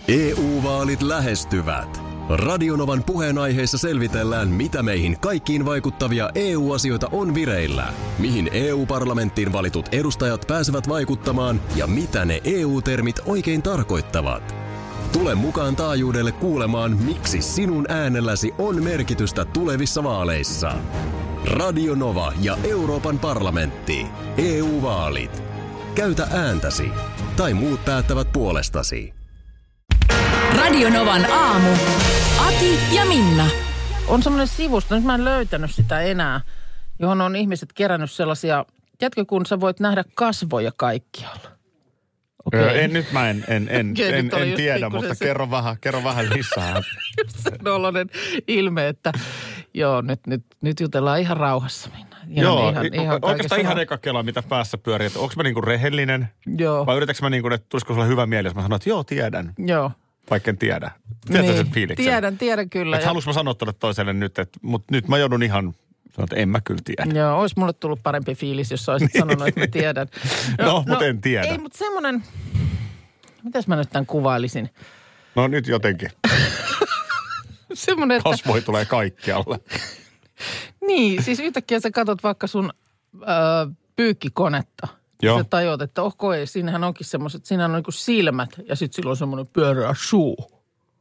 EU-vaalit lähestyvät. Radionovan puheenaiheessa selvitellään, mitä meihin kaikkiin vaikuttavia EU-asioita on vireillä, mihin EU-parlamenttiin valitut edustajat pääsevät vaikuttamaan ja mitä ne EU-termit oikein tarkoittavat. Tule mukaan taajuudelle kuulemaan, miksi sinun äänelläsi on merkitystä tulevissa vaaleissa. Radio Nova ja Euroopan parlamentti. EU-vaalit. Käytä ääntäsi. Tai muut päättävät puolestasi. Radio Novan aamu. Ati ja Minna. On semmoinen sivusto, nyt mä en löytänyt sitä enää, johon on ihmiset kerännyt sellaisia, tiedätkö, kun sä voit nähdä kasvoja kaikkialla. Okay. Nyt mä en tiedä, mutta kerro vähän lisää. Just se noloinen ilme, että joo, nyt jutellaan ihan rauhassa, Minna. Ihan oikeastaan ihan eka kela, mitä päässä pyörii, että onko mä niinku rehellinen? Joo. Vai yritätkö mä niinku, että tulisiko sulla hyvä mieli, jos mä sanon, että joo, tiedän. Joo. Vaikka en tiedä. Tiedätkö sen fiiliksen? Tiedän kyllä. Että haluaisin mä sanoa tuolle toiselle nyt, mutta nyt mä joudun ihan, sanon, että en mä kyllä tiedä. Joo, olisi mulle tullut parempi fiilis, jos sä olisit sanonut, että mä tiedän. Mutta en tiedä. Ei, mutta semmoinen, mitäs mä nyt tämän kuvailisin? No nyt jotenkin. Semmoinen, että kasvoi tulee kaikkialle. Niin, siis yhtäkkiä sä katot vaikka sun pyykkikonetta. Joo. Sä tajuat, että ei, siinähän onkin semmoiset, siinä on niinku silmät ja sitten sillä on semmoinen pyöreä suu.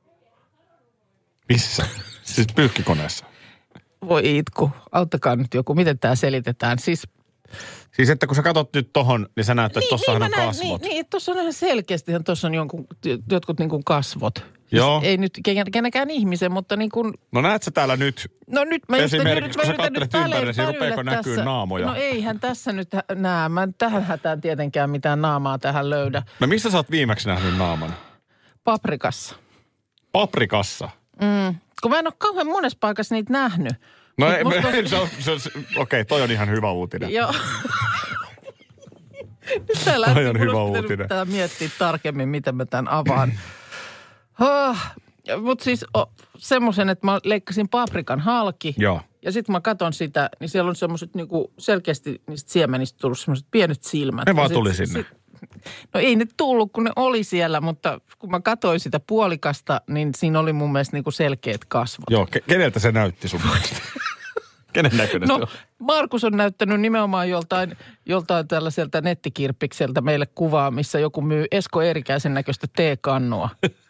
Missä? Siis pyykkikoneessa? Voi itku, auttakaa nyt joku, miten tää selitetään? Siis että kun sä katot nyt tohon, niin sä näet, että tossahan on kasvot. Niin, tossa on ihan selkeästi, tossa on jotkut niin kuin kasvot. Joo. Siis ei nyt kenekään ihmisen, mutta niin kuin. No näet sä täällä nyt? No nyt mä esimerkiksi, kun sä katselet ympärillesi, niin rupeeko näkyy naamoja? No eihän tässä nyt näe. Mä en tähän hätään tietenkään mitään naamaa tähän löydä. No missä sä oot viimeksi nähnyt naaman? Paprikassa. Paprikassa? Kun mä en ole kauhean monessa paikassa niitä nähnyt. No okei, toi on ihan hyvä uutinen. Joo. Nyt täällä toi on hyvä uutinen. Pitää miettiä tarkemmin, miten mä tämän avaan. Mutta siis semmoisen, että mä leikkasin paprikan halki. Joo. Ja sitten mä katon sitä, niin siellä on semmoiset niinku selkeästi niistä siemenistä tullut semmoiset pienet silmät. Ne vaan tuli sinne. No ei ne tullut, kun ne oli siellä, mutta kun mä katsoin sitä puolikasta, niin siinä oli mun mielestä niinku selkeät kasvot. Joo, keneltä se näytti sun mielestä? Kenen näköinen se on? Markus on näyttänyt nimenomaan joltain tällaiselta nettikirppikseltä meille kuvaa, missä joku myy Esko Eerikäisen näköistä teekannua.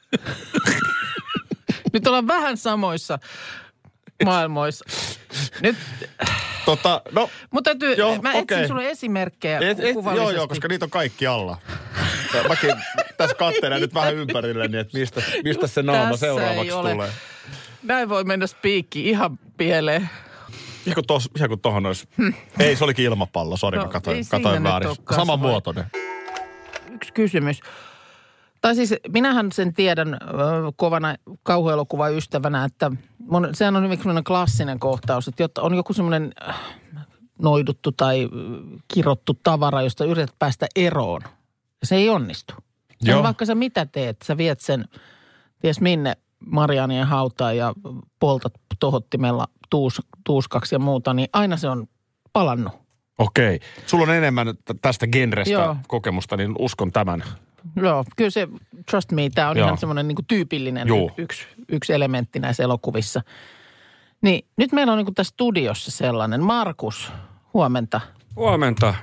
Nyt ollaan vähän samoissa maailmoissa. Nyt. No. Mutta täytyy, mä etsin sulle esimerkkejä kuvallisesti. Joo, koska niitä on kaikki alla. Mäkin tässä katselen nyt vähän ympärilleni, että mistä se naama seuraavaksi tulee. Näin voi mennä spiikki ihan pieleen. Ihan kuin tohon olisi. Ei, se olikin ilmapallo. Sori, mä katoin väärin. Sama muotoinen. Yksi kysymys. Tai siis minähän sen tiedän kovana kauhuelokuvaystävänä, että sehän on hyvin sellainen klassinen kohtaus, että jotta on joku semmoinen noiduttu tai kirottu tavara, josta yrität päästä eroon. Ja se ei onnistu. Ja vaikka sä mitä teet, sä viet sen ties minne Marianien hautaan ja poltat tohottimella tuuskaksi ja muuta, niin aina se on palannut. Okei. Sulla on enemmän tästä genrestä kokemusta, niin uskon tämän. Joo, kyllä se, trust me, tämä on ihan semmoinen niin kuin tyypillinen yksi elementti näissä elokuvissa. Niin nyt meillä on niin kuin tässä studiossa sellainen. Markus, huomenta. Huomenta.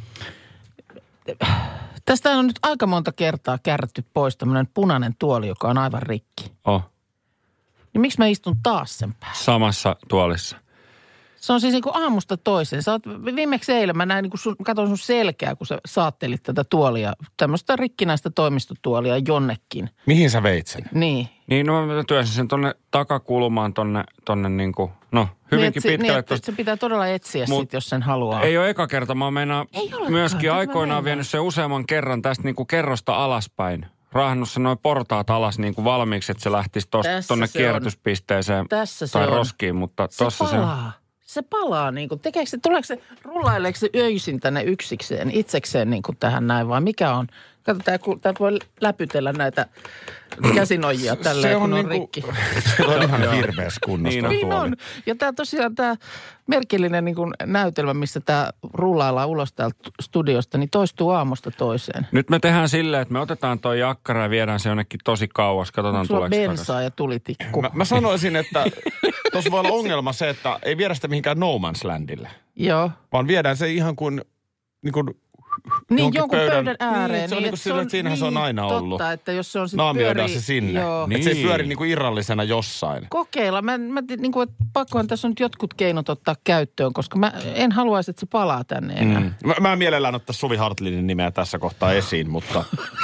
Tästä on nyt aika monta kertaa kärrätty pois tämmöinen punainen tuoli, joka on aivan rikki. Niin miksi mä istun taas sen päällä? Samassa tuolissa. Se on siis niin kuin aamusta toiseen. Sä oot, viimeksi eilen mä näin, niin kuin katsoin sun selkää, kun sä saattelit tätä tuolia, tämmöistä rikkinäistä toimistotuolia jonnekin. Mihin sä veit sen? Niin. Niin, no mä työnsin sen tonne takakulmaan, tonne niin kuin, hyvinkin pitkälle. Niin, se pitää todella etsiä sit, jos sen haluaa. Ei ole eka kerta, mä meinaan myöskin aikoinaan vienyt sen useamman kerran tästä niin kuin kerrosta alaspäin. Raahannut se noin portaat alas niin kuin valmiiksi, että se lähtisi tonne kierrätyspisteeseen tai roskiin, mutta tossa se on. Se palaa niin kuin, rullaileeko se öisin tänne yksikseen, itsekseen niin kuin tähän näin vai mikä on Kato, tää voi läpytellä näitä käsinojia tälleen, kun on rikki. Se on ihan hirveässä kunnossa. Niin on. Ja tää tosiaan tää merkillinen niin kuin näytelmä, missä tää rullaillaan ulos täältä studiosta, niin toistuu aamusta toiseen. Nyt me tehdään silleen, että me otetaan toi jakkara ja viedään se jonnekin tosi kauas. Katsotaan tuleeko bensaa takaisin. Ja tulitikku. Mä sanoisin, että tuossa voi olla ongelma se, että ei viedä sitä mihinkään no man's landille. Joo. Vaan viedään se ihan kuin niin, jonkun pöydän ääreen. Niin, se on niin kuin sillä, että siinähän se on aina ollut. Totta, että jos se on sitten naamioidaan se sinne. Niin. Että se ei pyöri niin kuin irrallisena jossain. Kokeilla. Mä niin kuin, että pakkohan tässä on nyt jotkut keinot ottaa käyttöön, koska mä en haluaisi, että se palaa tänne enää. Mä mielellään ottaa Suvi Hartlinin nimeä tässä kohtaa esiin, mutta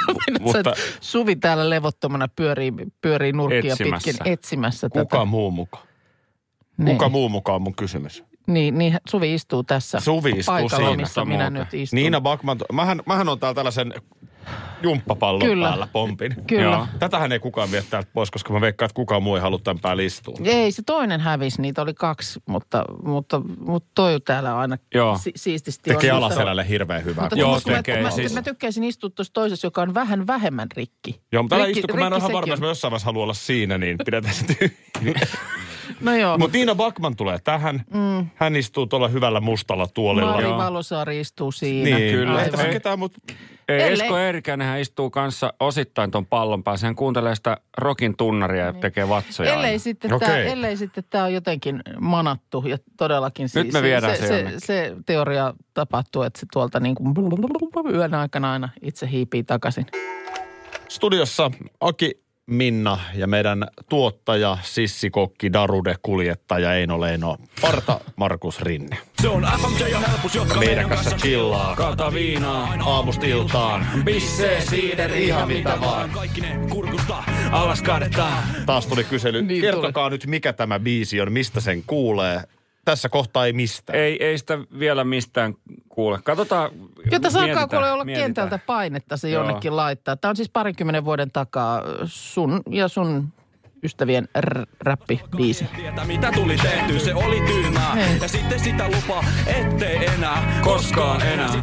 Suvi täällä levottomana pyörii nurkkia pitkin etsimässä tätä. Kuka muu mukaan? Kuka muu mukaan on mun kysymys? Niin Suvi istuu tässä paikalla, missä minä nyt istun. Niina Backman, mähän on täällä tällaisen jumppapallon päällä pompin. Kyllä. Tätähän ei kukaan vie täältä pois, koska mä veikkaan, että kukaan muu ei halua tämän päälle istua. Ei, se toinen hävisi, niitä oli 2, mutta toi täällä aina siististi tekee on. Tekee alaselälle hirveän hyvää. Mä tykkäisin istua tuossa toisessa, joka on vähän vähemmän rikki. Joo, mutta älä istu, kun mä en ole ihan varma, jos mä jossain vaiheessa haluan olla siinä, niin pidetään se tyhjää. No joo. Mutta Niina Backman tulee tähän. Hän istuu tuolla hyvällä mustalla tuolilla. Mari Valosaari istuu siinä. Niin, kyllä. Ei tässä ketään, mutta... Esko Eerikäinen hän istuu kanssa osittain ton pallon päässä. Hän kuuntelee sitä rockin tunnaria ja tekee vatsoja. Ellei sitten tämä on jotenkin manattu ja todellakin nyt me viedään se teoria tapahtuu, että se tuolta niin kuin yön aikana aina itse hiipii takaisin. Studiossa Aki, Minna ja meidän tuottaja, sissikokki, darude-kuljettaja Eino Leino, Parta Markus Rinne. Se on FMJ ja helpus, jotka meidän kanssa chillaa. Kaata viinaa. Aamusta iltaan. Bissee, siideri, ihan mitä vaan. Kaikki ne kurkusta alas kaadetaan. Taas tuli kysely. Niin kertokaa nyt, mikä tämä biisi on, mistä sen kuulee. Tässä kohtaa ei mistään. Ei sitä vielä mistään kuule. Katsotaan. Jota saakkaa kuule olla kentältä painetta se jonnekin laittaa. Tämä on siis 20 vuoden takaa sun ja sun ystävien räppibiisi. Mitä tuli tehty, se oli tyhmää. Ja sitten sitä lupaa, ettei enää, koskaan enää.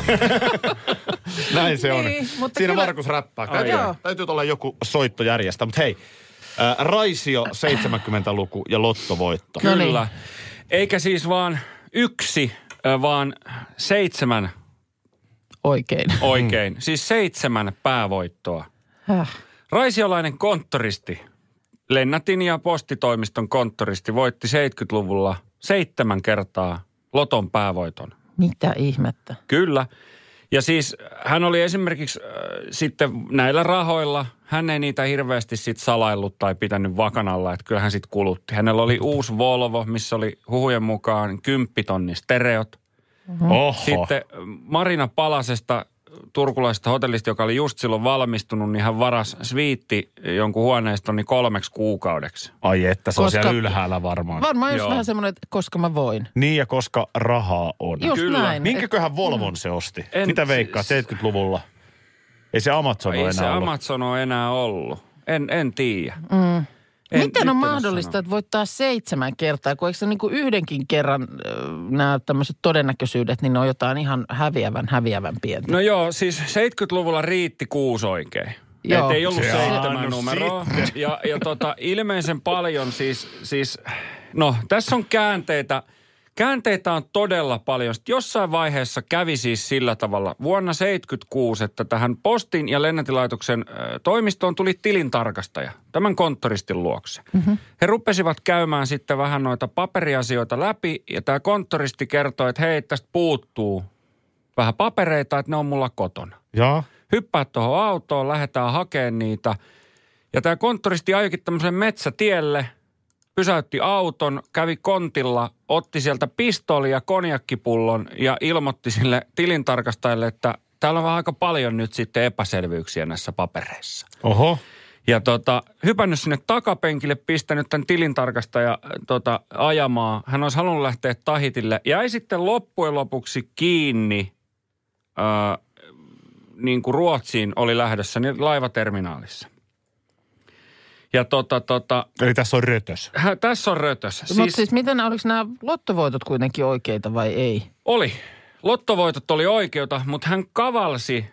Näin se on. Niin, siinä kyllä... Markus räppää. Täytyy olla joku soitto järjestää. Mutta hei, Raisio 70-luku ja lottovoitto. Kyllä. Eikä siis vaan 1, vaan 7. Oikein. Siis 7 päävoittoa. Raisiolainen konttoristi, Lennartin ja postitoimiston konttoristi, voitti 70-luvulla 7 kertaa loton päävoiton. Mitä ihmettä? Kyllä. Ja siis hän oli esimerkiksi sitten näillä rahoilla, hän ei niitä hirveästi sitten salaillut tai pitänyt vakanalla, että kyllä hän sitten kulutti. Hänellä oli uusi Volvo, missä oli huhujen mukaan 10 000 stereot. Sitten Marina Palasesta, turkulaisesta hotellista, joka oli just silloin valmistunut, niin hän varasi sviitti jonkun huoneiston niin 3 kuukaudeksi. Ai että, se on siellä ylhäällä varmaan. Varmaan just vähän semmoinen, että koska mä voin. Niin ja koska rahaa on. Just kyllä. Näin. Minkäköhän Volvon se osti? Mitä veikkaa 70-luvulla? Ei se Amazon ole enää ollut. Ei se Amazon ole enää ollut. En tiedä. Miten on mahdollista, että voittaa 7 kertaa, kun eikö se niin kuin yhdenkin kerran nämä tämmöiset todennäköisyydet, niin ne on jotain ihan häviävän pientä. No joo, siis 70-luvulla riitti 6 oikein. Että ei ollut 7 numeroa. Ja ilmeisen paljon siis, no tässä on käänteitä. Käänteitä on todella paljon. Sitten jossain vaiheessa kävi siis sillä tavalla vuonna 1976, että tähän postin ja lennätilaitoksen toimistoon tuli tilintarkastaja tämän konttoristin luokse. He rupesivat käymään sitten vähän noita paperiasioita läpi ja tämä konttoristi kertoi, että hei, tästä puuttuu vähän papereita, että ne on mulla kotona. Ja. Hyppää tuohon autoon, lähdetään hakemaan niitä. Ja tämä konttoristi ajoikin tämmöisen metsätielle, pysäytti auton, kävi kontilla, otti sieltä pistooli ja konjakkipullon ja ilmoitti sille tilintarkastajalle, että täällä on aika paljon nyt sitten epäselvyyksiä näissä papereissa. Oho. Ja hypännyt sinne takapenkille, pistänyt tämän tilintarkastaja ajamaan. Hän olisi halunnut lähteä Tahitille. Jäi sitten loppujen lopuksi kiinni, niin kuin Ruotsiin oli lähdössä, niin laivaterminaalissa. Ja eli tässä on rötös. Tässä on rötös. Mutta siis miten, oliko nämä lottovoitot kuitenkin oikeita vai ei? Oli. Lottovoitot oli oikeita, mutta hän kavalsi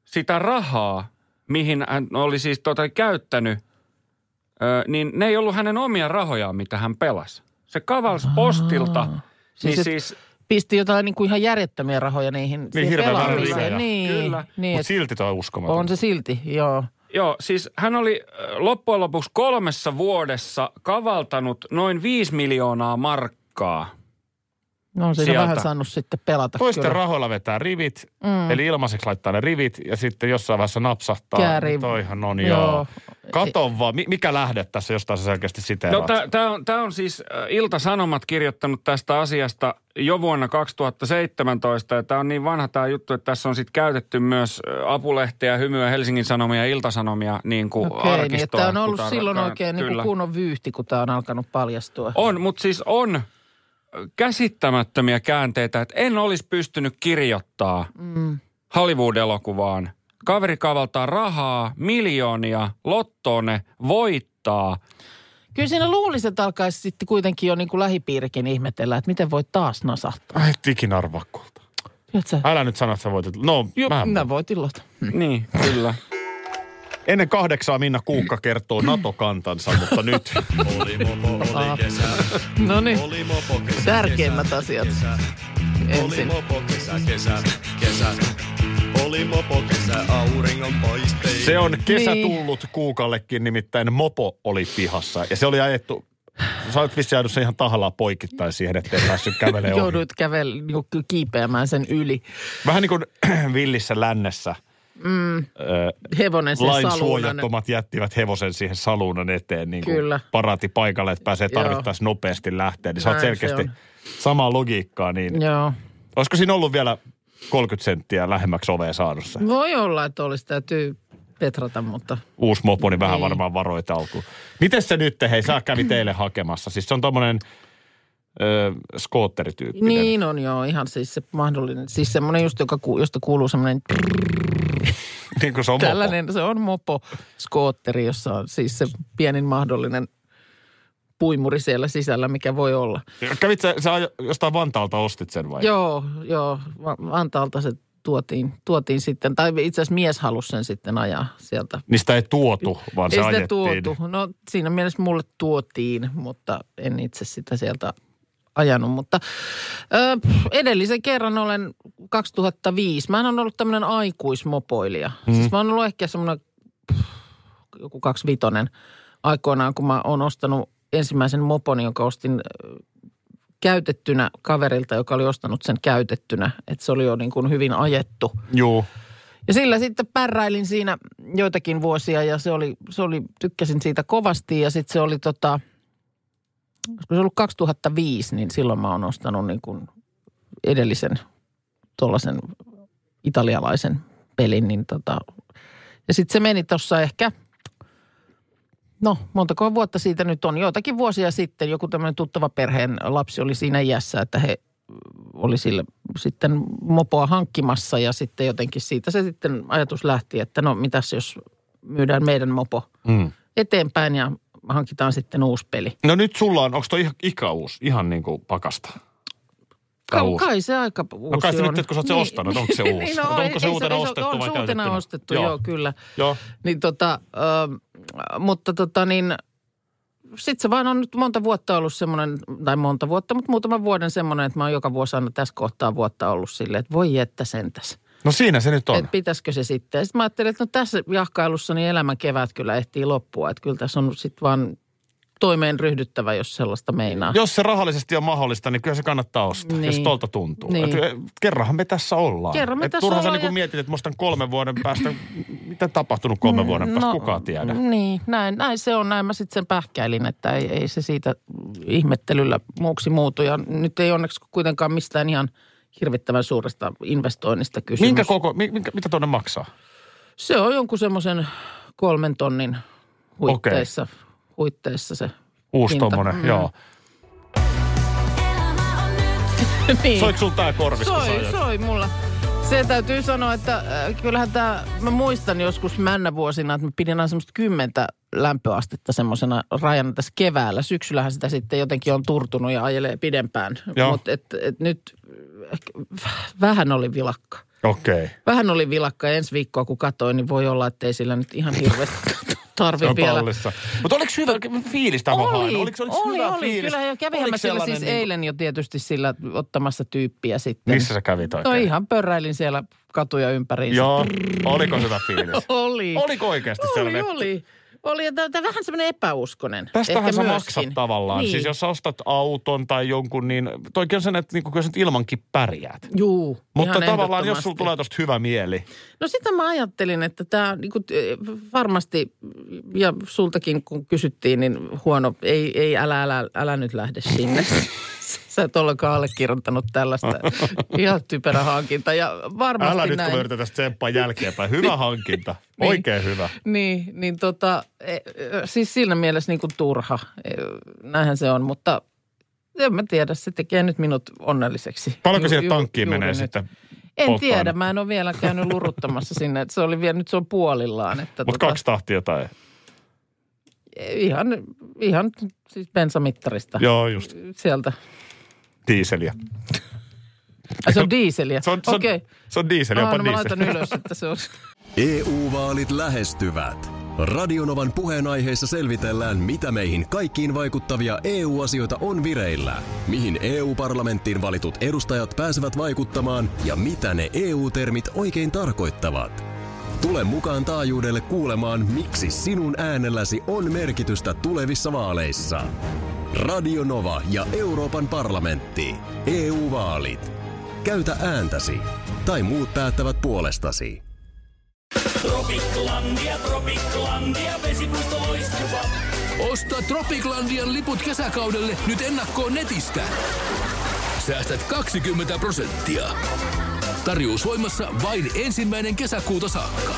sitä rahaa, mihin hän oli siis käyttänyt, niin ne ei ollut hänen omia rahojaan, mitä hän pelasi. Se kavalsi postilta. Siis pisti jotain niin kuin ihan järjettömiä rahoja niihin pelaamiseen. Niin, kyllä. Niin, mutta silti toi on uskomaton. On se silti, joo. Joo, siis hän oli loppujen lopuksi 3 vuodessa kavaltanut noin 5 miljoonaa markkaa. No siinä vähän saanut sitten pelata. Toisten rahoilla vetää rivit, eli ilmaiseksi laittaa ne rivit ja sitten jossain vaiheessa napsahtaa. Toihan on joo. Kato vaan, mikä lähde tässä, jostain se selkeästi siteeraat. No tämä on siis Ilta-Sanomat kirjoittanut tästä asiasta jo vuonna 2017. Ja tämä on niin vanha tämä juttu, että tässä on sitten käytetty myös Apulehteä, Hymyä, Helsingin Sanomia ja Ilta-Sanomia niin kuin arkistoa. Niin, tämä on ollut silloin oikein niin kuin kunnon vyyhti, kun tämä on alkanut paljastua. On, mutta siis on käsittämättömiä käänteitä, että en olisi pystynyt kirjoittaa Hollywood-elokuvaan. Kaveri kavaltaa rahaa, miljoonia, lottoon ne voittaa. Kyllä siinä luulisi, että alkaisi sitten kuitenkin jo niin kuin lähipiirikin ihmetellä, että miten voi taas nasahtaa. Et ikinä arvaa kulta. Älä nyt sano, että sä voitit. No, mä voitin lota. Niin, kyllä. Ennen 8 Minna Kuukka kertoo NATO-kantansa, mutta nyt oli kesä. No niin, oli mopo kesä. tärkeimmät asiat ensin. Oli mopo kesä. Oli mopo kesä, auringon paistein. Se on kesä tullut Kuukallekin, nimittäin mopo oli pihassa. Ja se oli ajettu, sä olet vissiin ajanut sen ihan tahallaan poikittain siihen, ettei päässyt kävelemään ohi. Jouduit kiipeämään sen yli. Vähän niin kuin villissä lännessä. Hevonen sen lain saluunan. suojattomat jättivät hevosen siihen saluunan eteen niin kuin paraati paikalle, että pääsee tarvittaessa nopeasti lähteä. Niin sä oot selkeästi samaa logiikkaa. Niin joo. Olisiko siinä ollut vielä 30 senttiä lähemmäksi ovea saanut se? Voi olla, että olisi täytyy petrata, mutta... Uusi mopo, niin vähän varmaan varoit alkuun. Miten se nyt, hei, sä kävi teille hakemassa? Siis se on tommonen skootterityyppinen. Niin on joo, ihan siis se mahdollinen. Siis semmoinen just, josta kuuluu semmoinen... Niin kuin se on tällainen, mopo. Se on mopo-skootteri, jossa on siis se pienin mahdollinen puimuri siellä sisällä, mikä voi olla. Kävit sä jostain Vantaalta ostit sen vai? Joo. Vantaalta se tuotiin sitten, tai itse asiassa mies halusi sen sitten ajaa sieltä. Niin sitä ei tuotu, vaan se ajettiin. Tuotu. No siinä mielessä mulle tuotiin, mutta en itse sitä sieltä ajanut. Mutta edellisen kerran olen 2005. Mä oon ollut tämmöinen aikuismopoilija. Siis mä oon ollut ehkä semmoinen joku 25 aikoinaan, kun mä oon ostanut ensimmäisen mopon, jonka ostin käytettynä kaverilta, joka oli ostanut sen käytettynä. Että se oli jo niin kuin hyvin ajettu. Joo. Ja sillä sitten pärräilin siinä joitakin vuosia ja se oli tykkäsin siitä kovasti ja sitten se oli olisiko se ollut 2005, niin silloin mä oon ostanut niin kuin edellisen tuollaisen italialaisen pelin, niin ja sitten se meni tuossa ehkä, montako vuotta siitä nyt on, joitakin vuosia sitten joku tämmöinen tuttava perheen lapsi oli siinä iässä, että he oli sille sitten mopoa hankkimassa ja sitten jotenkin siitä se sitten ajatus lähti, että no mitäs jos myydään meidän mopo eteenpäin ja hankitaan sitten uusi peli. No nyt sulla on, onko toi ikäuus, ihan niin kuin pakasta? Kai se aika uusi on. No kai se nyt, kun sä oot se ostanut, onko se uusi? Niin, onko se uutena ostettu vai käytettynä? On uutena ostettu, joo kyllä. Joo. Niin mutta sitten se vaan on nyt monta vuotta ollut semmoinen, tai monta vuotta, mutta muutaman vuoden semmoinen, että mä oon joka vuosi aina tässä kohtaa vuotta ollut silleen, että voi että sentäs. No siinä se nyt on. Että pitäisikö se sitten. Ja sitten mä ajattelin, että no tässä jahkailussa niin elämän kevät kyllä ehtii loppua. Että kyllä tässä on sitten vaan toimeen ryhdyttävä, jos sellaista meinaa. Jos se rahallisesti on mahdollista, niin kyllä se kannattaa ostaa, jos tolta tuntuu. Niin. Kerranhan me tässä ollaan. Turha sä niin mietit, että mä ostan 3 vuoden päästä. Mitä tapahtunut 3 vuoden päästä? Kukaan tiedä. Niin, näin se on. Näin mä sitten sen pähkäilin, että ei se siitä ihmettelyllä muuksi muutu. Ja nyt ei onneksi kuitenkaan mistään ihan hirvittävän suuresta investoinnista kysymys. Mitä tuonne maksaa? Se on jonkun semmoisen 3 tonnin huitteissa. Okay. Huitteissa se uusi hinta. Tommonen, joo. Niin. Soiko sulla tää korvissa? Soi mulla. Se täytyy sanoa, että kyllähän mä muistan joskus männävuosina, että mä pidin aina semmoista 10 lämpöastetta semmoisena rajana tässä keväällä. Syksyllähän sitä sitten jotenkin on turtunut ja ajelee pidempään. Mutta nyt vähän oli vilakka. Okei. Vähän oli vilakka ensi viikkoa, kun katsoin, niin voi olla, että ei sillä nyt ihan hirveästi tarvitse vielä. Mutta oliko hyvä fiilis tämä hain? Oliko hyvä fiilis? Kyllä, kävihän mä sillä siis eilen jo tietysti sillä ottamassa tyyppiä sitten. Missä sä kävit oikein? No ihan pörräilin siellä katuja ympäriinsä. Joo, oliko hyvä fiilis? Oli. Oliko oikeasti sellainen? Oli, ja tämä vähän semmoinen epäuskonen. Tästähän sä maksat tavallaan. Niin. Siis jos sä ostat auton tai jonkun, niin toikin on sen, että niin kyllä sä nyt ilmankin pärjäät. Juu, mutta tavallaan, jos sulla tulee tosta hyvä mieli. No sitä mä ajattelin, että tämä niin varmasti, ja sultakin kun kysyttiin, niin huono, ei älä nyt lähde sinne. Sä et ollenkaan allekirjoittanut tällaista ihan typerä hankinta. Ja varmasti älä nyt, näin. kun yritetään tsempaa jälkeenpäin. Hyvä hankinta. Oikein hyvä. Niin siis siinä mielessä niin kuin turha. Näinhän se on, mutta en mä tiedä. Se tekee nyt minut onnelliseksi. Paljonko siihen tankkiin menee nyt sitten? En tiedä. Mä en ole vielä käynyt luruttamassa sinne. Että se oli vielä, nyt se on puolillaan. Mutta 2 tahtia tai? Ihan siis bensamittarista. Joo, just. Sieltä. Diiseliä. Se on diiseliä? Okei. Se on diiseliä, jopa diiseliä. Mä laitan ylös, että se on. EU-vaalit lähestyvät. Radio Novan puheenaiheessa selvitellään, mitä meihin kaikkiin vaikuttavia EU-asioita on vireillä, mihin EU-parlamenttiin valitut edustajat pääsevät vaikuttamaan ja mitä ne EU-termit oikein tarkoittavat. Tule mukaan taajuudelle kuulemaan, miksi sinun äänelläsi on merkitystä tulevissa vaaleissa. Radio Nova ja Euroopan parlamentti. EU-vaalit. Käytä ääntäsi. Tai muut päättävät puolestasi. Tropiklandia, vesipuisto loistuva. Osta Tropiklandian liput kesäkaudelle nyt ennakkoon netistä. Säästät 20%. Tarjous voimassa vain 1. kesäkuuta saakka.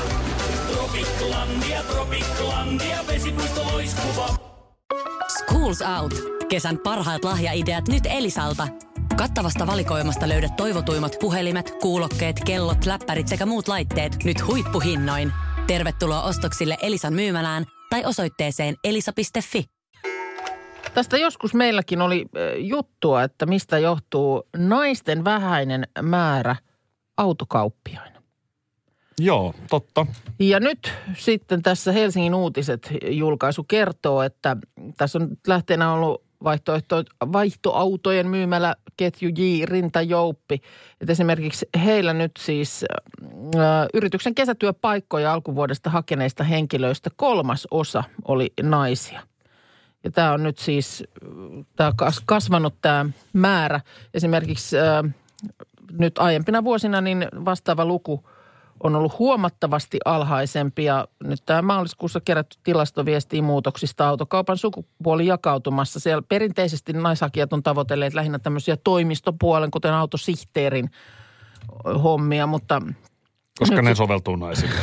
Tropiklandia, vesipuisto loistuva. Schools Out. Kesän parhaat lahjaideat nyt Elisalta. Kattavasta valikoimasta löydät toivotuimmat puhelimet, kuulokkeet, kellot, läppärit sekä muut laitteet nyt huippuhinnoin. Tervetuloa ostoksille Elisan myymälään tai osoitteeseen elisa.fi. Tästä joskus meilläkin oli juttua, että mistä johtuu naisten vähäinen määrä autokauppiaina. Joo, totta. Ja nyt sitten tässä Helsingin Uutiset julkaisu kertoo, että tässä on lähteenä ollut vaihtoautojen myymäläketju J. Rinta-Jouppi. Että esimerkiksi heillä nyt siis yrityksen kesätyöpaikkoja alkuvuodesta hakeneista henkilöistä 3/3 oli naisia. Ja tämä on nyt siis kasvanut tämä määrä. Esimerkiksi nyt aiempina vuosina niin vastaava luku on ollut huomattavasti alhaisempi ja nyt tämä maaliskuussa kerätty tilasto viestii muutoksista autokaupan sukupuoli jakautumassa. Siellä perinteisesti naishakijat on tavoitelleet lähinnä tämmöisiä toimistopuolen, kuten autosihteerin hommia, mutta... Koska ne soveltuu naisille.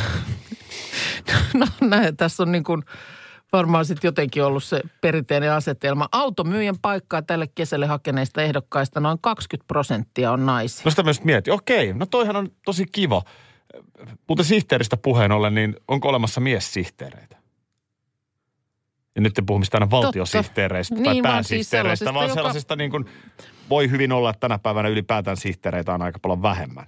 No näin, tässä on niin kuin varmaan sitten jotenkin ollut se perinteinen asetelma. Automyyjän paikkaa tälle kesälle hakeneista ehdokkaista noin 20% on naisia. No sitä myös mietin. Okei, no toihan on tosi kiva. Mutta sihteeristä puheen ollen, niin onko olemassa miessihteereitä? Ja nyt en puhu mistään valtiosihteereistä tai niin, pääsihteereistä, siis vaan sellaisista niin kuin voi hyvin olla, että tänä päivänä ylipäätään sihteereitä on aika paljon vähemmän.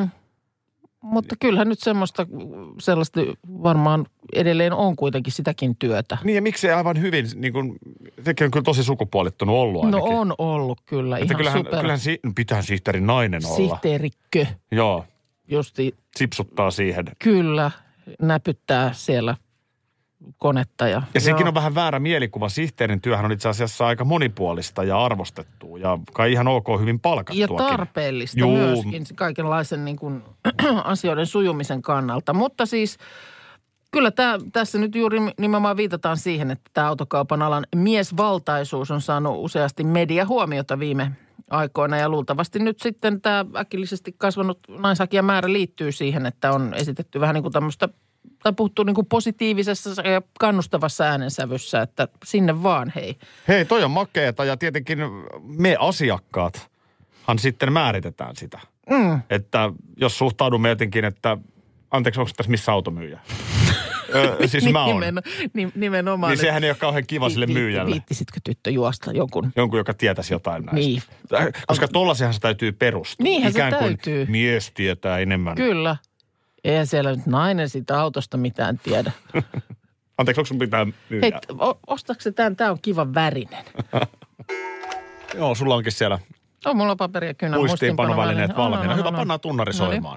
Mutta kyllähän nyt sellaista varmaan edelleen on kuitenkin sitäkin työtä. Niin ja miksei aivan hyvin, niin kuin, sekin on kyllä tosi sukupuolittunut ollut ainakin. No on ollut kyllä, että ihan kyllähän pitää sihteerin nainen olla. Sihteerikkö. Joo. Justi. Sipsuttaa siihen. Kyllä, näpyttää siellä konetta. Ja sekin on vähän väärä mielikuva. Sihteerin työhän on itse asiassa aika monipuolista ja arvostettua ja kai ihan ok hyvin palkattuakin. Ja tarpeellista myöskin kaikenlaisen niin kuin, asioiden sujumisen kannalta. Mutta siis kyllä tässä nyt juuri nimenomaan viitataan siihen, että tämä autokaupan alan miesvaltaisuus on saanut useasti mediahuomiota viime aikoina ja luultavasti nyt sitten tämä äkillisesti kasvanut naishakijamäärä liittyy siihen, että on esitetty vähän niin kuin tämmöistä, tai puhuttu niin kuin positiivisessa ja kannustavassa äänensävyssä, että sinne vaan hei. Hei, toi on makeeta ja tietenkin me asiakkaathan sitten määritetään sitä. Että jos suhtaudumme jotenkin, että anteeksi, onko tässä missä automyyjä? Siis mä oon. Nimenomaan. Niin sehän ei ole kauhean kiva sille myyjälle. Viittisitkö tyttö juosta jonkun? Jonkun, joka tietäisi jotain näistä. Niin. Koska tollaisihan se täytyy perustua. Niinhän ikään se kuin täytyy. Mies tietää enemmän. Kyllä. Eihän siellä nyt nainen siitä autosta mitään tiedä. Anteeksi, onko sun pitää myydä? Hei, ostatko se tämän? Tämä on kivan värinen. Joo, sulla onkin siellä on mulla paperia kyllä. muistiinpanovälineet valmiina. Hyvä, pannaan tunnari soimaan.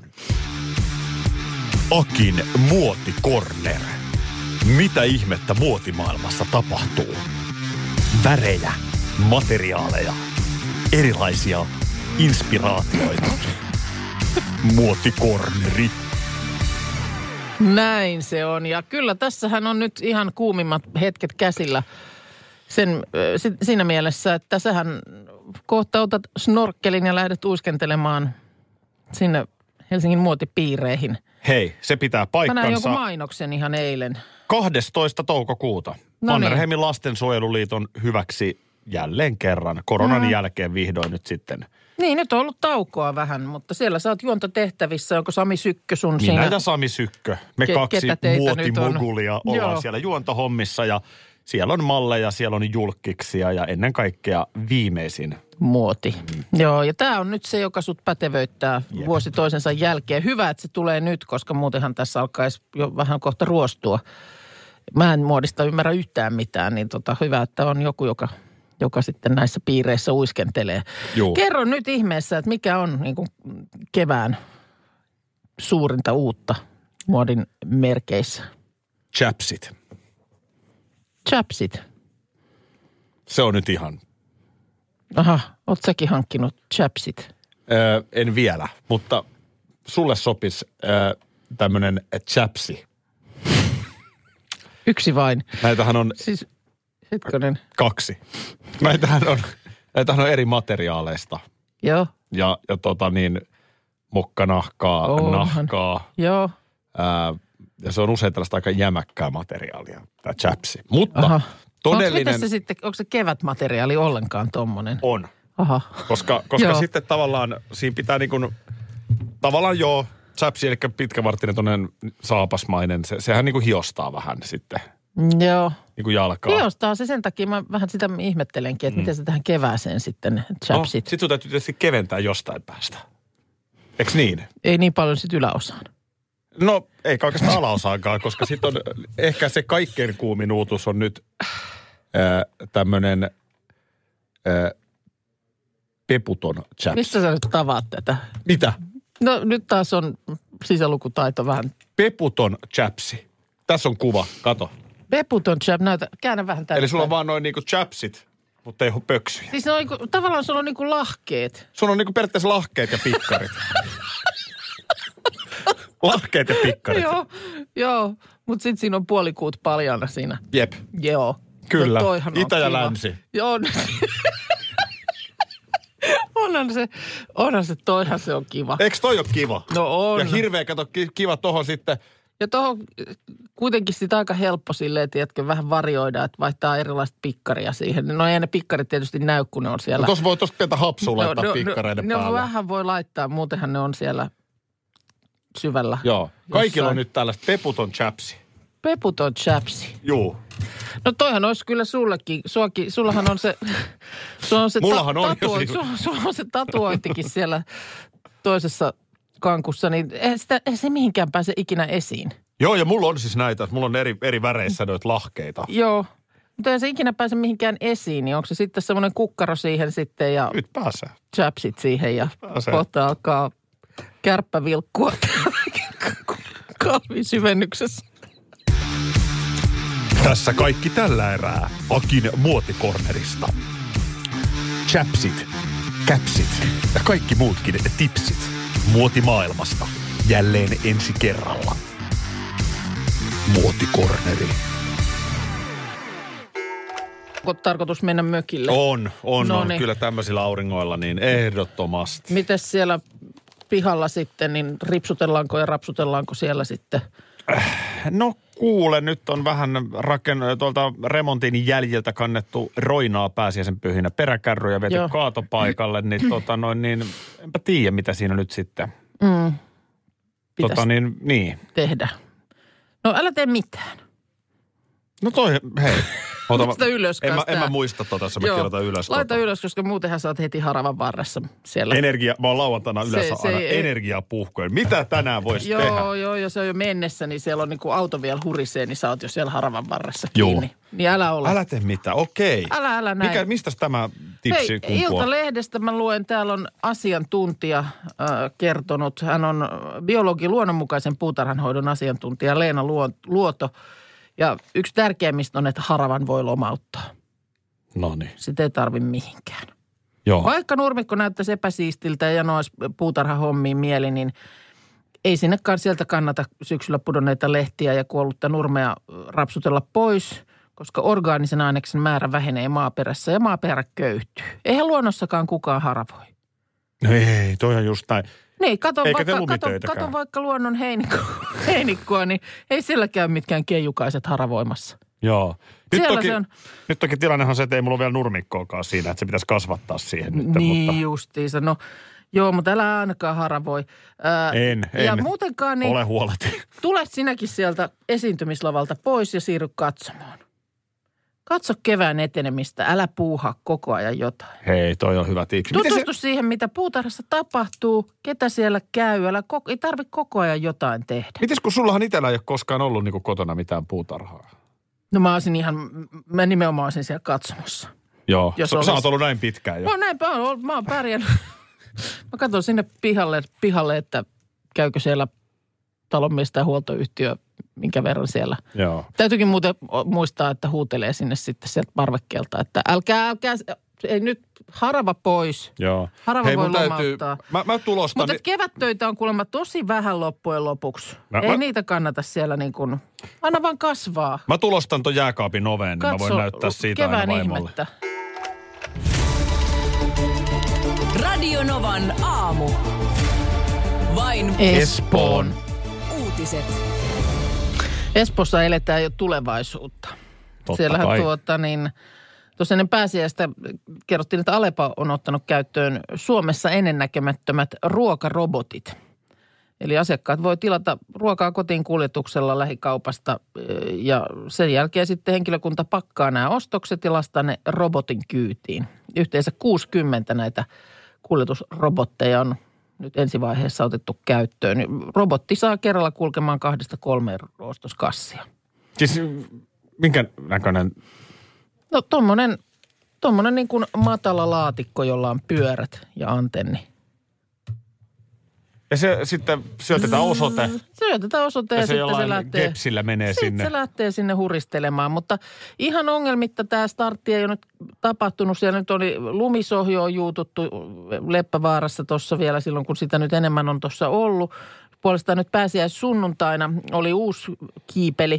Akin muotikorner. Mitä ihmettä muotimaailmassa tapahtuu? Värejä, materiaaleja, erilaisia inspiraatioita. Muotikorneri. Näin se on. Ja kyllä tässähän on nyt ihan kuumimmat hetket käsillä siinä mielessä, että sähän kohta otat snorkkelin ja lähdet uiskentelemaan sinne Helsingin muotipiireihin. Hei, se pitää paikkansa. Mä näin joku mainoksen ihan eilen. 12. toukokuuta. Mannerheimin lastensuojeluliiton hyväksi jälleen kerran. Koronan jälkeen vihdoin nyt sitten. Niin, nyt on ollut taukoa vähän, mutta siellä sä oot juontotehtävissä. Onko Sami Sykkö sun siinä? Minä ja Sami Sykkö. Me kaksi muotimogulia ollaan siellä juontohommissa ja siellä on malleja, siellä on julkkiksia ja ennen kaikkea viimeisin muoti. Joo, ja tämä on nyt se, joka sut pätevöittää vuosi toisensa jälkeen. Hyvä, että se tulee nyt, koska muutenhan tässä alkaisi jo vähän kohta ruostua. Mä en muodista ymmärrä yhtään mitään, niin hyvä, että on joku, joka sitten näissä piireissä uiskentelee. Joo. Kerro nyt ihmeessä, että mikä on niin kuin kevään suurinta uutta muodin merkeissä? Chapsit. Chapsit? Se on nyt ihan. Aha, oot säkin hankkinut chapsit? En vielä, mutta sulle sopisi tämmöinen chapsi. Yksi vain. Näitähän on. Siis, hetkonen. 2. Näitähän on eri materiaaleista. Joo. Ja mokkanahkaa, nahkaa. Joo. Ja se on usein tällaista aika jämäkkää materiaalia, tämä chapsi. Mutta todellinen. Onko se sitten, onko se kevätmateriaali ollenkaan tommonen? On. Aha. Koska sitten tavallaan siinä pitää niin kuin, tavallaan chapsi, eli pitkävarttinen tuollainen saapasmainen, sehän niin kuin hiostaa vähän sitten. Joo. Niin kuin jalkaa. Hiostaa se sen takia, mä vähän sitä ihmettelenkin, että miten se tähän kevääseen sitten chapsit. No, sit sun täytyy tietysti keventää jostain päästä. Eiks niin? Ei niin paljon sit yläosaan. No, ei oikeastaan alaosaakaan, koska sitten on ehkä se kaikkein kuumin uutus on nyt tämmönen peputon chaps. Mistä sä nyt tavaat tätä? Mitä? No nyt taas on sisälukutaito vähän. Peputon chapsi. Tässä on kuva, kato. Peputon chap, käännä vähän tänne. Eli sulla on vaan noin niinku chapsit, mutta ei ole pöksyjä. Siis tavallaan sulla on niinku lahkeet. Sulla on niinku periaatteessa lahkeet ja pikkarit. Lahkeet ja pikkarit. Joo. Mutta sitten siinä on puolikuut paljana siinä. Jep. Joo. Kyllä. Itä ja länsi. Joo. Onhan se, toihan se on kiva. Eikö toi ole kiva? No on. Ja hirveä, kato, kiva tohon sitten. Ja tohon kuitenkin sitä aika helppo silleen, tiedätkö, vähän varioida, että vaihtaa erilaista pikkaria siihen. No ei ne pikkarit tietysti näy, kun ne on siellä. No tossa voi tosta pientä hapsua laittaa pikkareiden päälle. No vähän voi laittaa, muutenhan ne on siellä syvällä. Joo, kaikilla on nyt tällaista peputon chapsi. Peputon chapsi. Joo. No toihan olisi kyllä sullekin. Sullahan on se Mullahan on sulla on se tatuointikin siellä toisessa kankussa, niin eihän se mihinkään pääse ikinä esiin. Joo, ja mulla on siis näitä, mulla on eri väreissä noita lahkeita. Joo, mutta eihän se ikinä pääse mihinkään esiin, niin onko se sitten semmoinen kukkaro siihen sitten ja nyt pääsee. Chapsit siihen ja kohta alkaa kärppä vilkkua kalvin syvennyksessä. Tässä kaikki tällä erää Akin muotikornerista. Chapsit, käpsit ja kaikki muutkin tipsit muotimaailmasta jälleen ensi kerralla. Muotikorneri. Onko tarkoitus mennä mökille? On. Kyllä tämmöisillä auringoilla niin ehdottomasti. Mites siellä pihalla sitten, niin ripsutellaanko ja rapsutellaanko siellä sitten? No kuule, nyt on vähän tuolta remontin jäljiltä kannettu roinaa pääsiäisen pyhinä peräkärryjä vety kaatopaikalle, niin niin enpä tiedä mitä siinä nyt sitten. Pitäisi niin. tehdä. No älä tee mitään. No hei. Laita ylös. En mä muista jos mä kirjoitan ylös. Laita ylös, koska muutenhan sä oot heti haravan varressa siellä. Mä oon lauantaina yleensä aina energiapuhkoin. Mitä tänään voisi tehdä? Joo, jos se on jo mennessä, niin siellä on niin kuin auto vielä hurisee, niin sä oot jo siellä haravan varressa kiinni. Niin älä ole. Älä tee mitään, okei. Älä näin. Mistäs tämä tipsi kumpuaa? Iltalehdestä mä luen, täällä on asiantuntija kertonut. Hän on biologi luonnonmukaisen puutarhanhoidon asiantuntija Leena Luoto. Ja yksi tärkeimmistä on, että haravan voi lomauttaa. Noniin. Sitä ei tarvi mihinkään. Joo. Vaikka nurmikko näyttäisi epäsiistiltä ja nois puutarhahommiin mieli, niin ei sinnekaan sieltä kannata syksyllä pudonneita lehtiä ja kuollutta nurmea rapsutella pois, koska orgaanisen aineksen määrä vähenee maaperässä ja maaperä köyhtyy. Eihän luonnossakaan kukaan haravoi. No ei, toi on just näin. Niin, kato vaikka luonnon heinikkoa, niin ei siellä käy mitkään keijukaiset haravoimassa. Joo. Nyt toki tilannehan on se, että ei mulla ole vielä nurmikkoakaan siinä, että se pitäisi kasvattaa siihen nyt. Niin mutta justiinsa. No joo, mutta älä ainakaan haravoi. En. Ja muutenkaan niin. Ole huoleti. Tule sinäkin sieltä esiintymislavalta pois ja siirry katsomaan. Katso kevään etenemistä, älä puuhaa koko ajan jotain. Hei, toi on hyvä tipsi. Tutustu siihen, mitä puutarhassa tapahtuu, ketä siellä käy. Ei tarvitse koko ajan jotain tehdä. Mites kun sullahan itsellä ei ole koskaan ollut niin kuin kotona mitään puutarhaa? No mä nimenomaan olisin siellä katsomossa. Joo, sä oot ollut näin pitkään jo. Mä oon pärjännyt. Mä katson sinne pihalle, että käykö siellä talonmies tai huoltoyhtiö, minkä verran siellä. Joo. Täytyykin muuten muistaa, että huutelee sinne sitten sieltä parvekkeelta, että älkää, ei nyt harava pois. Joo. Harava voi lomauttaa. Mä tulostan. Mutta kevättöitä on kuulemma tosi vähän loppujen lopuksi. Ei niitä kannata siellä niin kuin, anna vaan kasvaa. Mä tulostan ton jääkaapin oveen, niin mä voin näyttää siitä aina vaimolle. Ihmettä. Radio Novan aamu. Vain Espoon uutiset. Espoossa eletään jo tulevaisuutta. Totta Siellähän kai. tuossa ennen pääsiäistä kerrottiin, että Alepa on ottanut käyttöön Suomessa ennennäkemättömät ruokarobotit. Eli asiakkaat voi tilata ruokaa kotiin kuljetuksella lähikaupasta ja sen jälkeen sitten henkilökunta pakkaa nämä ostokset ja lastaa ne robotin kyytiin. Yhteensä 60 näitä kuljetusrobotteja on nyt ensivaiheessa otettu käyttöön. Robotti saa kerralla kulkemaan 2-3 ostoskassia. Siis minkä näköinen? No tommonen niin kuin matala laatikko, jolla on pyörät ja antenni. Ja se sitten syötetään osoite. Syötetään osoite ja sitten se lähtee. Kepsillä menee sinne. Se lähtee sinne huristelemaan, mutta ihan ongelmitta tämä startti ei ole nyt tapahtunut. Siellä nyt oli lumisohjoa juututtu Leppävaarassa tuossa vielä silloin, kun sitä nyt enemmän on tuossa ollut. Puolestaan nyt pääsiäissunnuntaina oli uusi kiipeli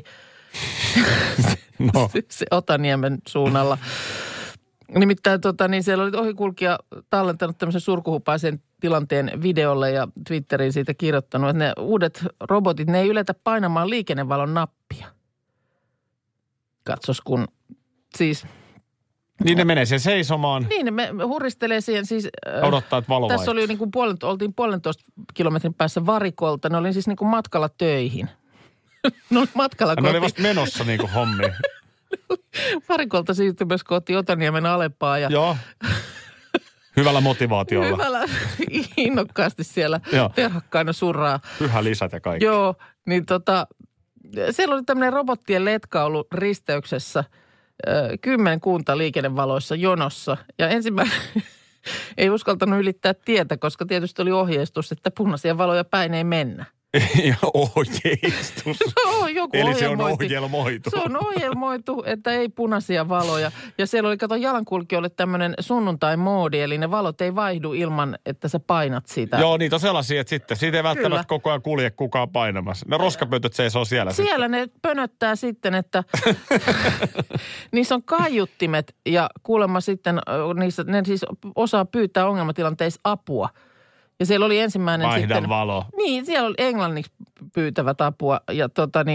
se Otaniemen suunnalla. Nimittäin niin siellä oli ohikulkija tallentanut tämmöisen surkuhupaisen tilanteen videolle ja Twitteriin siitä kirjoittanut, että ne uudet robotit, ne ei yletä painamaan liikennevalon nappia. Katsos kun siis... Niin ne menee sen seisomaan. Niin, ne huristelee siihen siis... Odottaa, että valo tässä oli niin kuin oltiin 1,5 kilometrin päässä varikolta. Ne oli siis niin kuin matkalla töihin. Ne oli matkalla kohti... Ne oli vasta menossa niin kuin hommiin. Varikolta siirtymässä kohti Otaniemen Aleppaa ja... Joo. Hyvällä motivaatiolla. Hyvällä innokkaasti siellä terhakkaina surraa. Pyhä lisät ja kaikki. Joo, niin siellä oli tämmöinen robottien letkaulu risteyksessä 10 kunta liikennevaloissa jonossa. Ja ensimmäinen ei uskaltanut ylittää tietä, koska tietysti oli ohjeistus, että punaisia valoja päin ei mennä. Ja ohjeistus. No, joku eli se on ohjelmoitu. Se on ohjelmoitu, että ei punaisia valoja. Ja siellä oli, kato, jalankulkijoille tämmöinen sunnuntai-moodi, eli ne valot ei vaihdu ilman, että sä painat siitä. Joo, niitä on sellaisia, että sitten siitä ei välttämättä koko ajan kulje kukaan painamassa. Ne roskapöytöt seisoo siellä. Siellä ne pönöttää sitten, että niissä on kaiuttimet ja kuulemma sitten ne siis osaa pyytää ongelmatilanteissa apua. Ja siellä oli ensimmäinen Vaihdan sitten... valo. Niin, siellä oli englanniksi pyytävät apua ja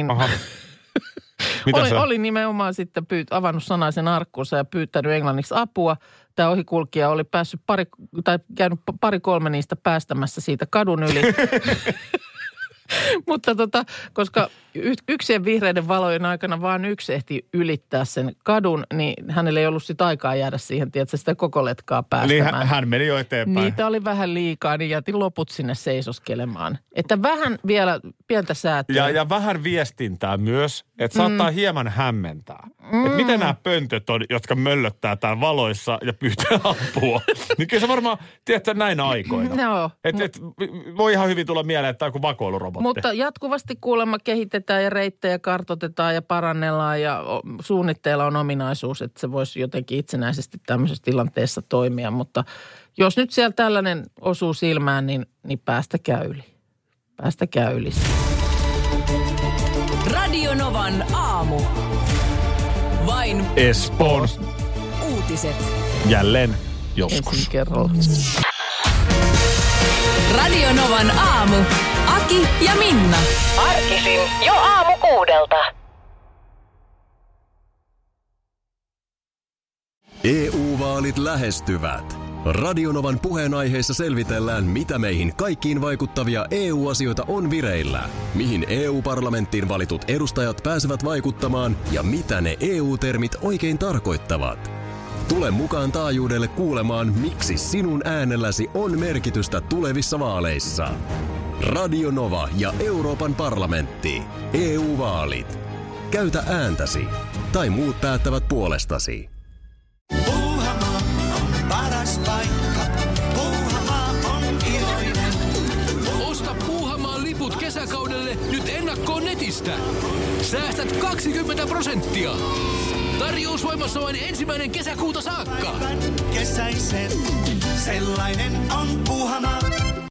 oli nimenomaan sitten avannut sanaisen arkkunsa ja pyytänyt englanniksi apua. Tämä ohikulkija oli päässyt käynyt 2-3 niistä päästämässä siitä kadun yli. Mutta koska yksien vihreiden valojen aikana vaan yksi ehti ylittää sen kadun, niin hänellä ei ollut sitä aikaa jäädä siihen, tiedätkö, sitä koko letkaa päästämään. Niin hän meni jo eteenpäin. Niitä oli vähän liikaa, niin jätin loput sinne seisoskelemaan. Että vähän vielä pientä säätöä. Ja vähän viestintää myös, että saattaa hieman hämmentää. Että miten nämä pöntöt on, jotka möllöttää täällä valoissa ja pyytää apua. Niin kyllä se varmaan, tiedätkö, näin aikoina. No. Voi ihan hyvin tulla mieleen, että tämä on kuin vakoilurobotti. Mutta jatkuvasti kuulemma kehitetään ja reittejä kartoitetaan ja parannellaan ja suunnitteilla on ominaisuus, että se voisi jotenkin itsenäisesti tämmöisessä tilanteessa toimia. Mutta jos nyt siellä tällainen osuu silmään, niin päästäkää yli. Päästäkää yli. Radio Novan aamu. Vain Espoon uutiset. Jälleen joskus. Ensin kerralla. Radio Novan aamu. Aki ja Minna. Arkisin jo 6:00. EU-vaalit lähestyvät. Radio Novan puheenaiheessa selvitellään, mitä meihin kaikkiin vaikuttavia EU-asioita on vireillä, mihin EU-parlamenttiin valitut edustajat pääsevät vaikuttamaan ja mitä ne EU-termit oikein tarkoittavat. Tule mukaan taajuudelle kuulemaan, miksi sinun äänelläsi on merkitystä tulevissa vaaleissa. Radio Nova ja Euroopan parlamentti. EU-vaalit. Käytä ääntäsi. Tai muut päättävät puolestasi. Puuhamaa on paras paikka. Puuhamaa on iloinen. Osta Puuhamaan liput kesäkaudelle nyt ennakkoon netistä. Säästät 20%. Tarjous voimassa vain 1. kesäkuuta saakka. Kesäisen, sellainen on Puuhamaa.